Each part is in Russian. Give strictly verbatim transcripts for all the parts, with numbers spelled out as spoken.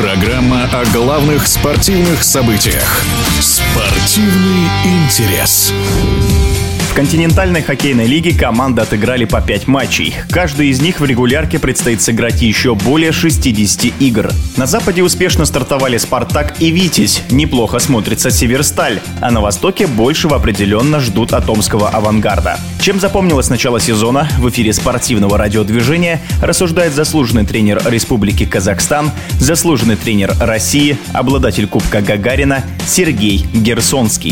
Программа о главных спортивных событиях. Спортивный интерес. В континентальной хоккейной лиге команды отыграли по пять матчей. Каждой из них в регулярке предстоит сыграть еще более шестьдесят игр. На западе успешно стартовали «Спартак» и «Витязь». Неплохо смотрится «Северсталь». А на востоке большего определенно ждут от омского «Авангарда». Чем запомнилось начало сезона, в эфире спортивного радиодвижения рассуждает заслуженный тренер Республики Казахстан, заслуженный тренер России, обладатель Кубка Гагарина Сергей Герсонский.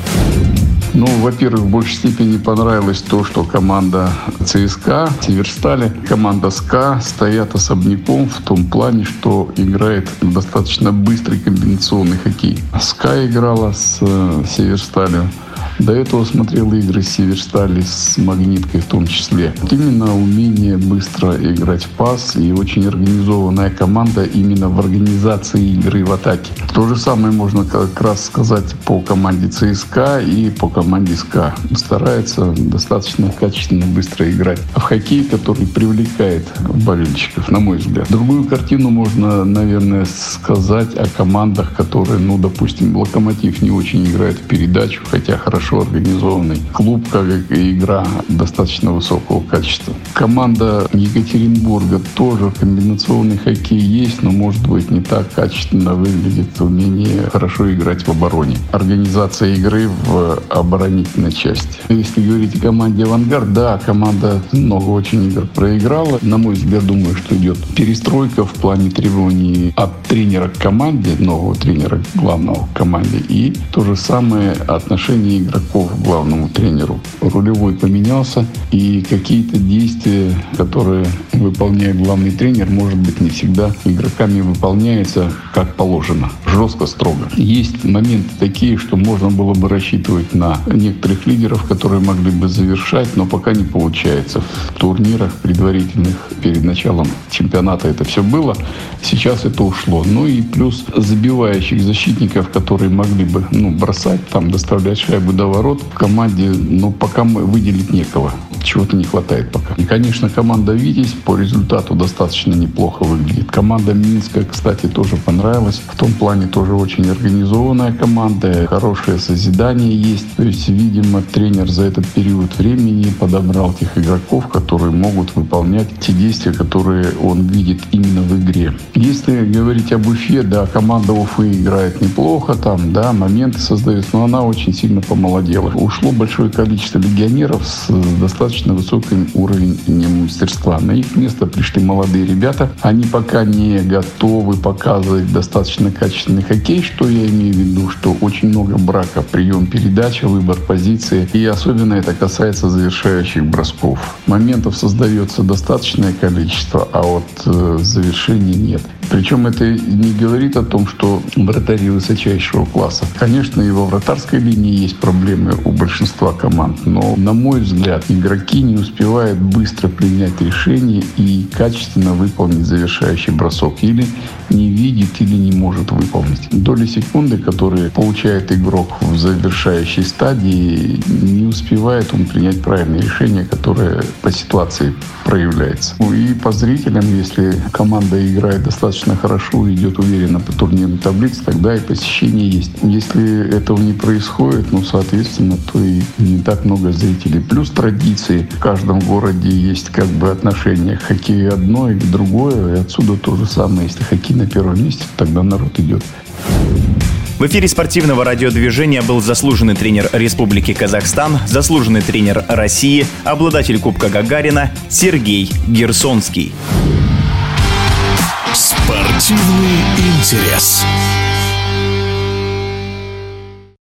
Ну, во-первых, в большей степени понравилось то, что команда ЦСКА, Северстали, команда СКА стоят особняком в том плане, что играет достаточно быстрый комбинационный хоккей. СКА играла с Северсталью. До этого смотрел игры Северстали с Магниткой в том числе. Именно умение быстро играть в пас и очень организованная команда именно в организации игры в атаке. То же самое можно как раз сказать по команде ЦСКА и по команде СКА. Старается достаточно качественно быстро играть в хоккей, который привлекает болельщиков, на мой взгляд. Другую картину можно, наверное, сказать о командах, которые, ну, допустим, Локомотив не очень играет в передачу, хотя хорошо организованный клуб, как и игра достаточно высокого качества. Команда Екатеринбурга тоже комбинационный хоккей есть, но, может быть, не так качественно выглядит умение хорошо играть в обороне. Организация игры в оборонительной части. Если говорить о команде «Авангард», да, команда много очень игр проиграла. На мой взгляд, думаю, что идет перестройка в плане требований от тренера к команде, нового тренера главного к команде, и то же самое отношение игроков к главному тренеру. Рулевой поменялся, и какие-то действия, которые выполняет главный тренер, может быть, не всегда игроками выполняются как положено. Жестко, строго. Есть моменты такие, что можно было бы рассчитывать на некоторых лидеров, которые могли бы завершать, но пока не получается. В турнирах предварительных перед началом чемпионата это все было. Сейчас это ушло. Ну и плюс забивающих защитников, которые могли бы, ну, бросать, там, доставлять шайбу до ворот, в команде, ну, пока выделить некого. Чего-то не хватает пока. И, конечно, команда «Витязь» по результату достаточно неплохо выглядит. Команда Минска, кстати, тоже понравилась. В том плане тоже очень организованная команда. Хорошее созидание есть. То есть, видимо, тренер за этот период времени подобрал тех игроков, которые могут выполнять те действия, которые он видит именно в игре. Если говорить об Уфе, да, команда Уфы играет неплохо, там, да, моменты создают, но она очень сильно помолодела. Ушло большое количество легионеров с достаточно высоким уровнем мастерства. На их место пришли молодые ребята. Они пока не готовы показывать достаточно качественный хоккей, что я имею в виду, что очень много брака, прием, передача, выбор позиции. И особенно это касается завершающих бросков. Моментов создается достаточное количество, а вот э, завершений нет. Причем это не говорит о том, что вратари высочайшего класса. Конечно, и во вратарской линии есть проблемы у большинства команд, но, на мой взгляд, игроки не успевают быстро принять решение и качественно выполнить завершающий бросок. Или не видит, или не может выполнить. Доли секунды, которые получает игрок в завершающей стадии, не успевает он принять правильное решение, которое по ситуации проявляется. И по зрителям, если команда играет достаточно хорошо, идет уверенно по турнирной таблице, тогда и посещение есть. Если этого не происходит, ну, соответственно, то и не так много зрителей. Плюс традиции. В каждом городе есть как бы отношение к хоккею одно или другое, и отсюда то же самое. Если хоккей на первом месте, тогда народ идет. В эфире спортивного радиодвижения был заслуженный тренер Республики Казахстан, заслуженный тренер России, обладатель Кубка Гагарина Сергей Герсонский. Спортивный интерес.